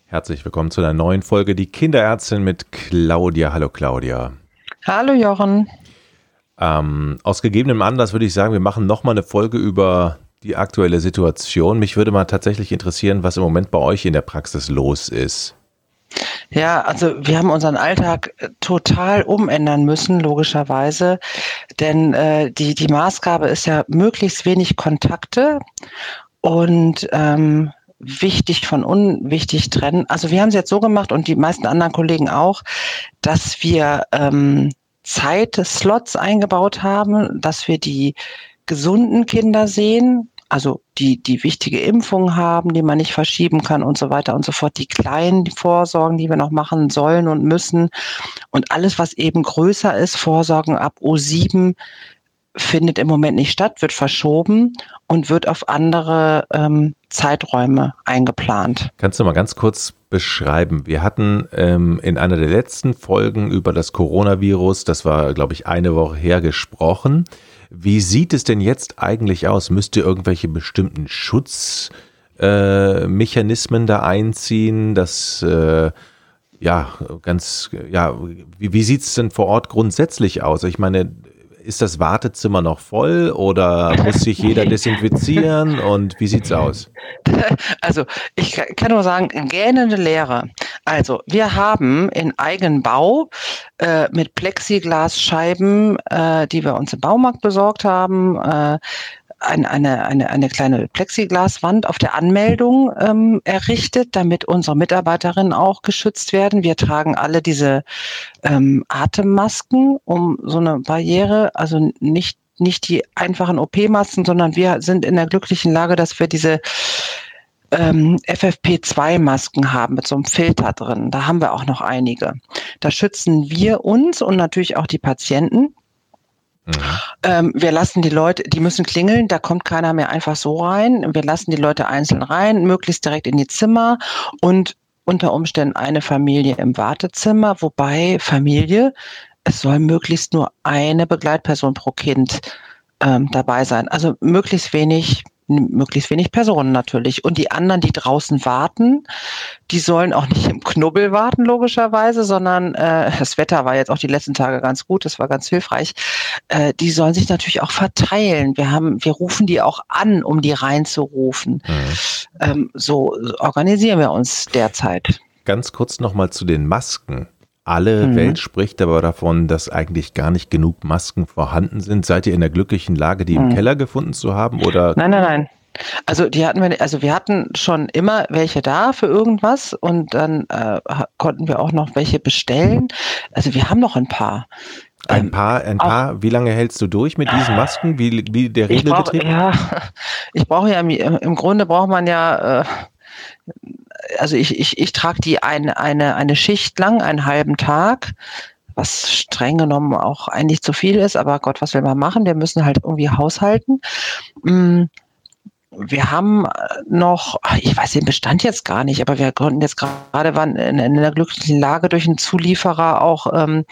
Herzlich willkommen zu einer neuen Folge Die Kinderärztin mit Claudia. Hallo Claudia. Hallo Jochen. Aus gegebenem Anlass würde ich sagen, wir machen nochmal eine Folge über die aktuelle Situation. Mich würde mal tatsächlich interessieren, was im Moment bei euch in der Praxis los ist. Ja, also wir haben unseren Alltag total umändern müssen, logischerweise, denn die Maßgabe ist ja möglichst wenig Kontakte und wichtig von unwichtig trennen. Also wir haben es jetzt so gemacht und die meisten anderen Kollegen auch, dass wir Zeitslots eingebaut haben, dass wir die gesunden Kinder sehen, also die wichtige Impfungen haben, die man nicht verschieben kann und so weiter und so fort, die kleinen Vorsorgen, die wir noch machen sollen und müssen und alles, was eben größer ist, Vorsorgen ab O7, findet im Moment nicht statt, wird verschoben und wird auf andere Zeiträume eingeplant. Kannst du mal ganz kurz beschreiben? Wir hatten in einer der letzten Folgen über das Coronavirus, das war, glaube ich, eine Woche her, gesprochen. Wie sieht es denn jetzt eigentlich aus? Müsst ihr irgendwelche bestimmten Schutzmechanismen da einziehen? Wie sieht es denn vor Ort grundsätzlich aus? Ich meine, ist das Wartezimmer noch voll oder muss sich jeder desinfizieren und wie sieht's aus? Also ich kann nur sagen, gähnende Leere. Also wir haben in Eigenbau mit Plexiglasscheiben, die wir uns im Baumarkt besorgt haben, eine kleine Plexiglaswand auf der Anmeldung errichtet, damit unsere Mitarbeiterinnen auch geschützt werden. Wir tragen alle diese Atemmasken um so eine Barriere, also nicht die einfachen OP-Masken, sondern wir sind in der glücklichen Lage, dass wir diese FFP2-Masken haben mit so einem Filter drin. Da haben wir auch noch einige. Da schützen wir uns und natürlich auch die Patienten. Wir lassen die Leute, die müssen klingeln, da kommt keiner mehr einfach so rein. Wir lassen die Leute einzeln rein, möglichst direkt in die Zimmer und unter Umständen eine Familie im Wartezimmer, wobei Familie, es soll möglichst nur eine Begleitperson pro Kind dabei sein. Also möglichst wenig Personen natürlich. Und die anderen, die draußen warten, die sollen auch nicht im Knubbel warten, logischerweise, sondern das Wetter war jetzt auch die letzten Tage ganz gut, das war ganz hilfreich. Die sollen sich natürlich auch verteilen. Wir rufen die auch an, um die reinzurufen. So organisieren wir uns derzeit. Ganz kurz nochmal zu den Masken. Alle Welt spricht aber davon, dass eigentlich gar nicht genug Masken vorhanden sind. Seid ihr in der glücklichen Lage, die im Keller gefunden zu haben? Oder? Nein. Also wir hatten schon immer welche da für irgendwas und dann konnten wir auch noch welche bestellen. Also wir haben noch ein paar. Ein paar. Wie lange hältst du durch mit diesen Masken? Wie der Regelbetrieb? Ich brauche ja im Grunde braucht man ja. Also ich trage die eine Schicht lang, einen halben Tag, was streng genommen auch eigentlich zu viel ist, aber Gott, was will man machen? Wir müssen halt irgendwie haushalten. Wir haben noch, ich weiß den Bestand jetzt gar nicht, aber wir konnten jetzt gerade waren in einer glücklichen Lage durch einen Zulieferer auch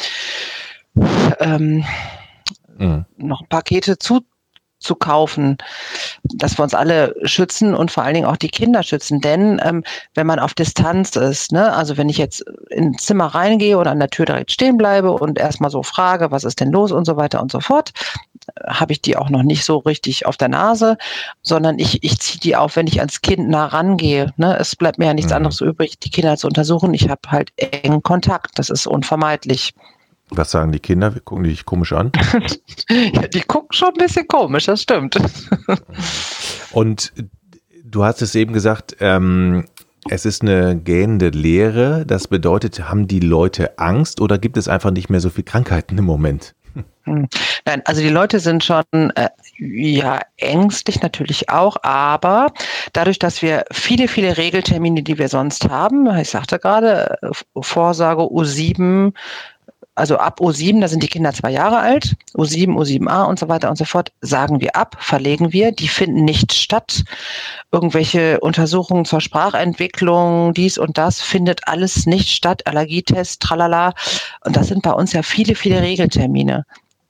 noch Pakete zu kaufen, dass wir uns alle schützen und vor allen Dingen auch die Kinder schützen. Denn wenn man auf Distanz ist, ne, also wenn ich jetzt ins Zimmer reingehe oder an der Tür direkt stehen bleibe und erstmal so frage, was ist denn los und so weiter und so fort, habe ich die auch noch nicht so richtig auf der Nase, sondern ich ziehe die auf, wenn ich ans Kind nah rangehe. Ne? Es bleibt mir ja nichts anderes übrig, die Kinder zu untersuchen. Ich habe halt engen Kontakt, das ist unvermeidlich. Was sagen die Kinder? Gucken die dich komisch an? Ja, die gucken schon ein bisschen komisch, das stimmt. Und du hast es eben gesagt, es ist eine gähnende Leere. Das bedeutet, haben die Leute Angst oder gibt es einfach nicht mehr so viele Krankheiten im Moment? Nein, also die Leute sind schon ängstlich natürlich auch, aber dadurch, dass wir viele Regeltermine, die wir sonst haben, ich sagte gerade, Vorsorge U7, also ab O7, da sind die Kinder 2 Jahre alt, O7, O7a und so weiter und so fort, sagen wir ab, verlegen wir, die finden nicht statt. Irgendwelche Untersuchungen zur Sprachentwicklung, dies und das, findet alles nicht statt, Allergietest, tralala. Und das sind bei uns ja viele Regeltermine.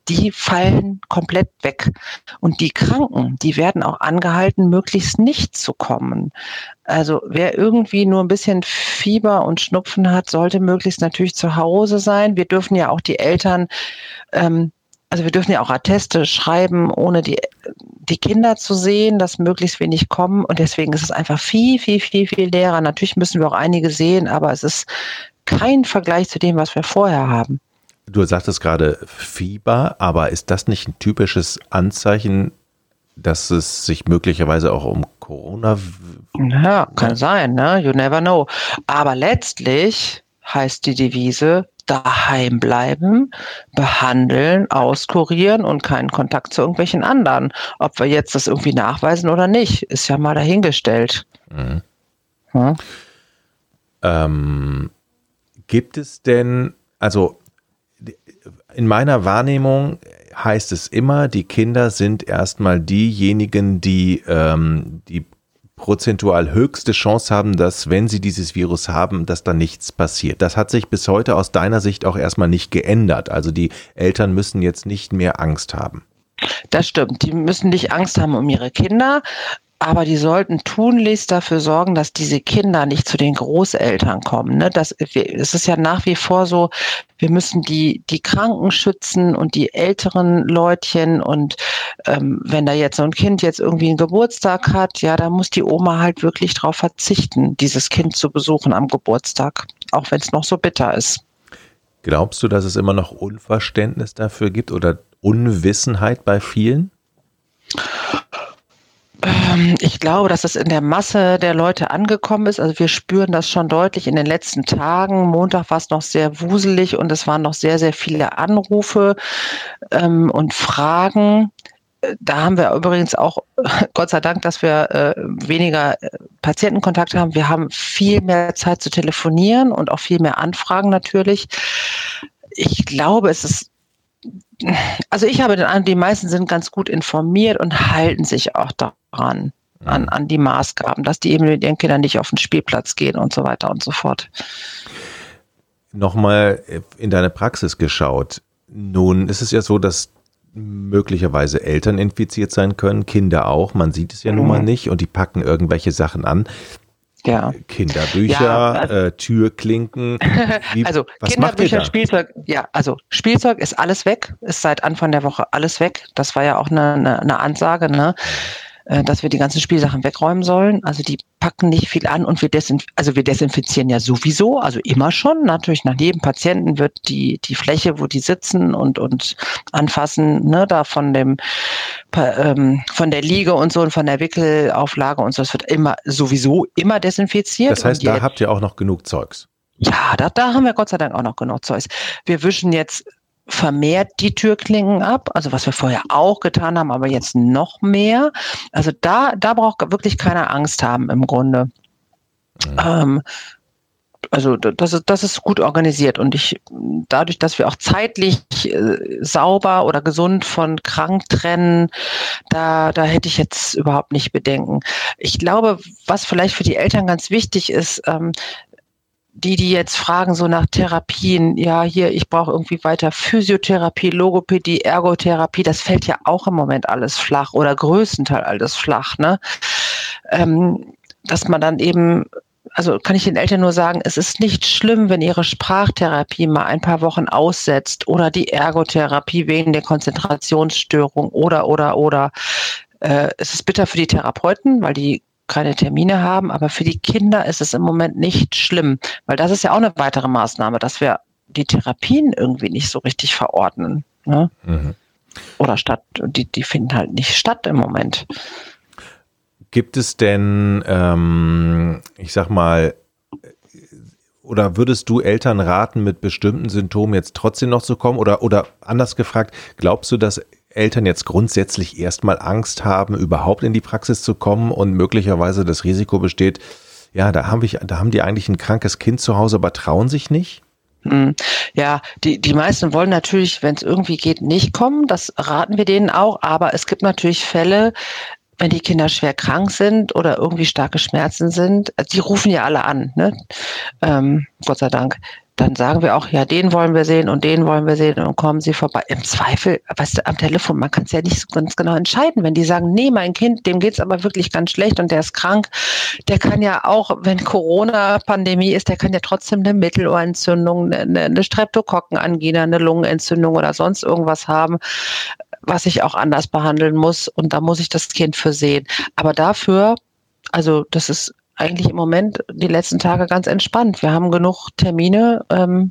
die fallen komplett weg. Und die Kranken, die werden auch angehalten, möglichst nicht zu kommen. Also wer irgendwie nur ein bisschen Fieber und Schnupfen hat, sollte möglichst natürlich zu Hause sein. Wir dürfen ja auch die Eltern, also wir dürfen ja auch Atteste schreiben, ohne die Kinder zu sehen, dass möglichst wenig kommen. Und deswegen ist es einfach viel leerer. Natürlich müssen wir auch einige sehen, aber es ist kein Vergleich zu dem, was wir vorher haben. Du sagtest gerade Fieber, aber ist das nicht ein typisches Anzeichen, dass es sich möglicherweise auch um Corona... Ja, kann sein, ne? You never know. Aber letztlich heißt die Devise, daheim bleiben, behandeln, auskurieren und keinen Kontakt zu irgendwelchen anderen. Ob wir jetzt das irgendwie nachweisen oder nicht, ist ja mal dahingestellt. Mhm. Hm? Gibt es denn, also in meiner Wahrnehmung heißt es immer, die Kinder sind erstmal diejenigen, die die prozentual höchste Chance haben, dass, wenn sie dieses Virus haben, dass da nichts passiert. Das hat sich bis heute aus deiner Sicht auch erstmal nicht geändert. Also die Eltern müssen jetzt nicht mehr Angst haben. Das stimmt. Die müssen nicht Angst haben um ihre Kinder. Aber die sollten tunlichst dafür sorgen, dass diese Kinder nicht zu den Großeltern kommen. Ne? Es ist ja nach wie vor so, wir müssen die Kranken schützen und die älteren Leutchen. Und wenn da jetzt so ein Kind jetzt irgendwie einen Geburtstag hat, ja, da muss die Oma halt wirklich drauf verzichten, dieses Kind zu besuchen am Geburtstag, auch wenn es noch so bitter ist. Glaubst du, dass es immer noch Unverständnis dafür gibt oder Unwissenheit bei vielen? Ich glaube, dass es in der Masse der Leute angekommen ist. Also wir spüren das schon deutlich in den letzten Tagen. Montag war es noch sehr wuselig und es waren noch sehr viele Anrufe und Fragen. Da haben wir übrigens auch, Gott sei Dank, dass wir weniger Patientenkontakt haben. Wir haben viel mehr Zeit zu telefonieren und auch viel mehr Anfragen natürlich. Ich glaube, also ich habe den Eindruck, die meisten sind ganz gut informiert und halten sich auch daran, an die Maßgaben, dass die eben mit ihren Kindern nicht auf den Spielplatz gehen und so weiter und so fort. Nochmal in deine Praxis geschaut. Nun ist es ja so, dass möglicherweise Eltern infiziert sein können, Kinder auch, man sieht es ja nun mal nicht und die packen irgendwelche Sachen an. Ja. Kinderbücher, ja, Türklinken. Also Kinderbücher, Spielzeug, ja, also Spielzeug ist alles weg, ist seit Anfang der Woche alles weg. Das war ja auch eine Ansage, ne, dass wir die ganzen Spielsachen wegräumen sollen. Also die packen nicht viel an und wir desinfizieren ja sowieso, also immer schon. Natürlich nach jedem Patienten wird die Fläche, wo die sitzen und anfassen, ne, da von der Liege und so und von der Wickelauflage und so, das wird sowieso immer desinfiziert. Das heißt, da habt ihr auch noch genug Zeugs? Ja, da haben wir Gott sei Dank auch noch genug Zeugs. Wir wischen jetzt vermehrt die Türklinken ab, also was wir vorher auch getan haben, aber jetzt noch mehr. Also da braucht wirklich keiner Angst haben im Grunde. Mhm. Also das ist gut organisiert und dadurch, dass wir auch zeitlich sauber oder gesund von krank trennen, da hätte ich jetzt überhaupt nicht Bedenken. Ich glaube, was vielleicht für die Eltern ganz wichtig ist, die jetzt fragen so nach Therapien, ja, hier, ich brauche irgendwie weiter Physiotherapie, Logopädie, Ergotherapie, das fällt ja auch im Moment alles flach oder größtenteils alles flach, ne? Dass man dann eben, also kann ich den Eltern nur sagen, es ist nicht schlimm, wenn ihre Sprachtherapie mal ein paar Wochen aussetzt oder die Ergotherapie wegen der Konzentrationsstörung oder. Es ist bitter für die Therapeuten, weil die keine Termine haben, aber für die Kinder ist es im Moment nicht schlimm, weil das ist ja auch eine weitere Maßnahme, dass wir die Therapien irgendwie nicht so richtig verordnen. Ne? Mhm. Oder die finden halt nicht statt im Moment. Gibt es denn, ich sag mal, oder würdest du Eltern raten, mit bestimmten Symptomen jetzt trotzdem noch zu kommen? Oder anders gefragt, glaubst du, dass Eltern jetzt grundsätzlich erstmal Angst haben, überhaupt in die Praxis zu kommen und möglicherweise das Risiko besteht, ja, da haben die eigentlich ein krankes Kind zu Hause, aber trauen sich nicht? Ja, die meisten wollen natürlich, wenn es irgendwie geht, nicht kommen. Das raten wir denen auch. Aber es gibt natürlich Fälle, wenn die Kinder schwer krank sind oder irgendwie starke Schmerzen sind. Die rufen ja alle an, ne? Gott sei Dank. dann sagen wir auch, ja, den wollen wir sehen und den wollen wir sehen und kommen Sie vorbei. Im Zweifel, weißt du, am Telefon, man kann es ja nicht so ganz genau entscheiden. Wenn die sagen, nee, mein Kind, dem geht's aber wirklich ganz schlecht und der ist krank, der kann ja auch, wenn Corona-Pandemie ist, der kann ja trotzdem eine Mittelohrentzündung, eine Streptokokkenangina, eine Lungenentzündung oder sonst irgendwas haben, was ich auch anders behandeln muss. Und da muss ich das Kind für sehen. Aber dafür, also das ist eigentlich im Moment die letzten Tage ganz entspannt. Wir haben genug Termine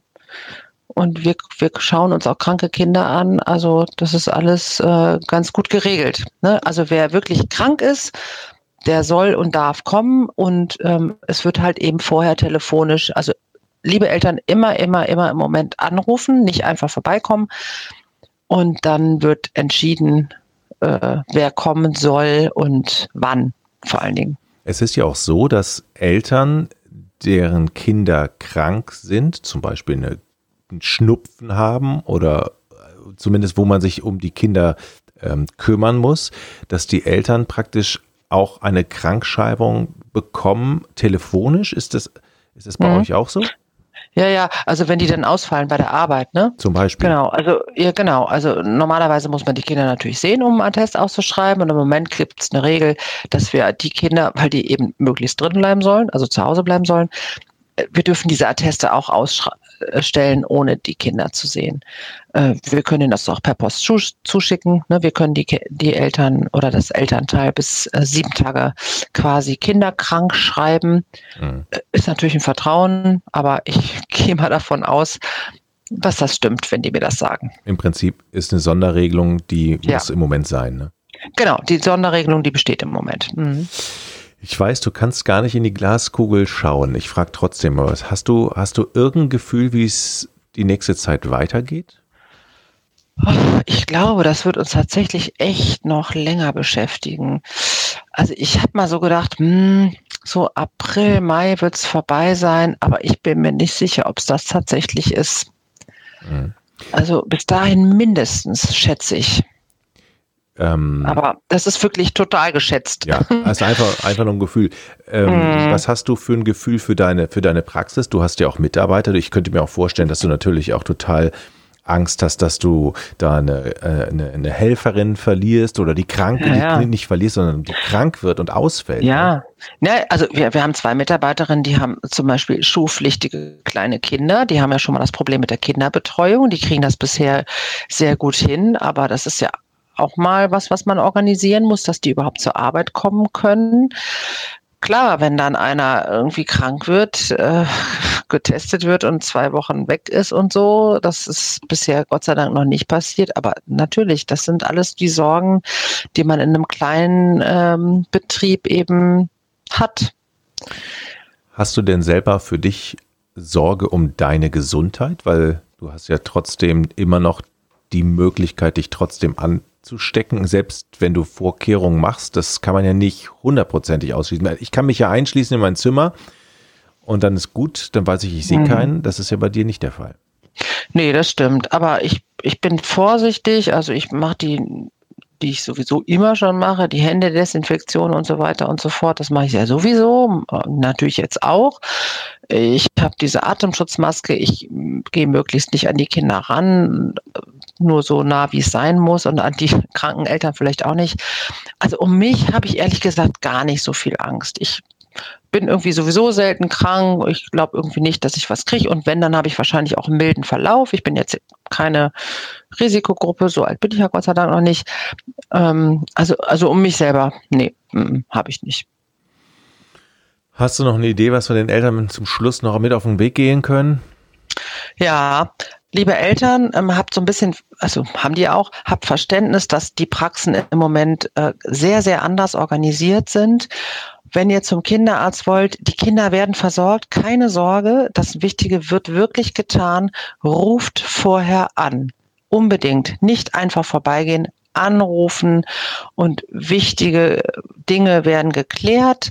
und wir schauen uns auch kranke Kinder an. Also das ist alles ganz gut geregelt. Ne? Also wer wirklich krank ist, der soll und darf kommen und es wird halt eben vorher telefonisch, also liebe Eltern, immer im Moment anrufen, nicht einfach vorbeikommen und dann wird entschieden, wer kommen soll und wann vor allen Dingen. Es ist ja auch so, dass Eltern, deren Kinder krank sind, zum Beispiel einen Schnupfen haben oder zumindest wo man sich um die Kinder kümmern muss, dass die Eltern praktisch auch eine Krankschreibung bekommen, telefonisch. Ist das bei euch auch so? Ja, also wenn die dann ausfallen bei der Arbeit, ne? Zum Beispiel. Genau. Also normalerweise muss man die Kinder natürlich sehen, um einen Attest auszuschreiben. Und im Moment gibt es eine Regel, dass wir die Kinder, weil die eben möglichst drin bleiben sollen, also zu Hause bleiben sollen, wir dürfen diese Atteste auch ausstellen, ohne die Kinder zu sehen. Wir können ihnen das auch per Post zuschicken. Ne? Wir können die Eltern oder das Elternteil bis 7 Tage quasi kinderkrank schreiben. Ist natürlich ein Vertrauen, aber ich gehe mal davon aus, dass das stimmt, wenn die mir das sagen. Im Prinzip ist eine Sonderregelung, die muss im Moment sein. Ne? Genau, die Sonderregelung, die besteht im Moment. Mhm. Ich weiß, du kannst gar nicht in die Glaskugel schauen. Ich frage trotzdem mal was. Hast du irgendein Gefühl, wie es die nächste Zeit weitergeht? Ich glaube, das wird uns tatsächlich echt noch länger beschäftigen. Also ich habe mal so gedacht, so April, Mai wird es vorbei sein, aber ich bin mir nicht sicher, ob es das tatsächlich ist. Also bis dahin mindestens, schätze ich. Aber das ist wirklich total geschätzt. Ja, also einfach nur ein Gefühl. Was hast du für ein Gefühl für deine Praxis? Du hast ja auch Mitarbeiter. Ich könnte mir auch vorstellen, dass du natürlich auch total Angst hast, dass du da eine Helferin verlierst oder die Kranke, die nicht verlierst, sondern die krank wird und ausfällt. Ja, also wir haben 2 Mitarbeiterinnen, die haben zum Beispiel schulpflichtige kleine Kinder. Die haben ja schon mal das Problem mit der Kinderbetreuung. Die kriegen das bisher sehr gut hin, aber das ist ja auch mal was man organisieren muss, dass die überhaupt zur Arbeit kommen können. Klar, wenn dann einer irgendwie krank wird, getestet wird und 2 Wochen weg ist und so, das ist bisher Gott sei Dank noch nicht passiert, aber natürlich, das sind alles die Sorgen, die man in einem kleinen Betrieb eben hat. Hast du denn selber für dich Sorge um deine Gesundheit? Weil du hast ja trotzdem immer noch die Möglichkeit, dich trotzdem anzustecken, selbst wenn du Vorkehrungen machst. Das kann man ja nicht 100%ig ausschließen. Ich kann mich ja einschließen in mein Zimmer und dann ist gut, dann weiß ich sehe keinen. Das ist ja bei dir nicht der Fall. Nee, das stimmt. Aber ich bin vorsichtig. Also ich mache die ich sowieso immer schon mache, die Händedesinfektion und so weiter und so fort. Das mache ich ja sowieso, natürlich jetzt auch. Ich habe diese Atemschutzmaske. Ich gehe möglichst nicht an die Kinder ran, nur so nah, wie es sein muss, und an die kranken Eltern vielleicht auch nicht. Also um mich habe ich ehrlich gesagt gar nicht so viel Angst. Ich bin irgendwie sowieso selten krank. Ich glaube irgendwie nicht, dass ich was kriege. Und wenn, dann habe ich wahrscheinlich auch einen milden Verlauf. Ich bin jetzt keine Risikogruppe, so alt bin ich ja Gott sei Dank noch nicht. Also um mich selber, nee, habe ich nicht. Hast du noch eine Idee, was wir den Eltern zum Schluss noch mit auf den Weg gehen können? Ja, liebe Eltern, habt so ein bisschen, also haben die auch, habt Verständnis, dass die Praxen im Moment sehr, sehr anders organisiert sind. Wenn ihr zum Kinderarzt wollt, die Kinder werden versorgt, keine Sorge, das Wichtige wird wirklich getan. Ruft vorher an. Unbedingt. Nicht einfach vorbeigehen, anrufen, und wichtige Dinge werden geklärt.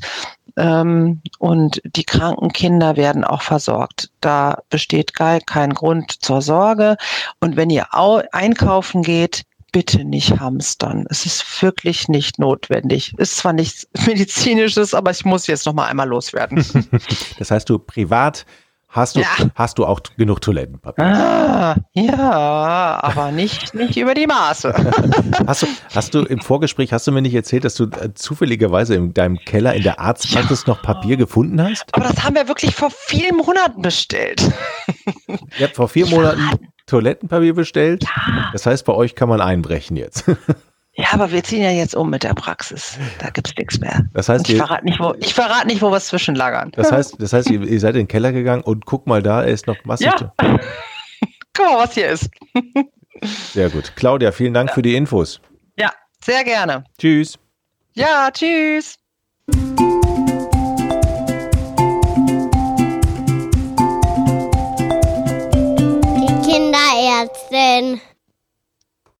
Und die kranken Kinder werden auch versorgt. Da besteht gar kein Grund zur Sorge. Und wenn ihr einkaufen geht, bitte nicht hamstern. Es ist wirklich nicht notwendig. Ist zwar nichts Medizinisches, aber ich muss jetzt noch mal einmal loswerden. Das heißt, du privat Hast du auch genug Toilettenpapier? Ja, aber nicht über die Maße. Hast du im Vorgespräch, hast du mir nicht erzählt, dass du zufälligerweise in deinem Keller in der Arztpraxis noch Papier gefunden hast? Aber das haben wir wirklich vor vielen Monaten bestellt. Ihr habt vor 4 Monaten Toilettenpapier bestellt? Ja. Das heißt, bei euch kann man einbrechen jetzt. Ja, aber wir ziehen ja jetzt um mit der Praxis. Da gibt's nichts mehr. Das heißt, ich verrate nicht, wo wir es zwischenlagern. Das heißt, ihr seid in den Keller gegangen und guck mal da, ist noch massig. Ja. Guck mal, was hier ist. Sehr gut. Claudia, vielen Dank für die Infos. Ja, sehr gerne. Tschüss. Ja, tschüss. Die Kinderärztin.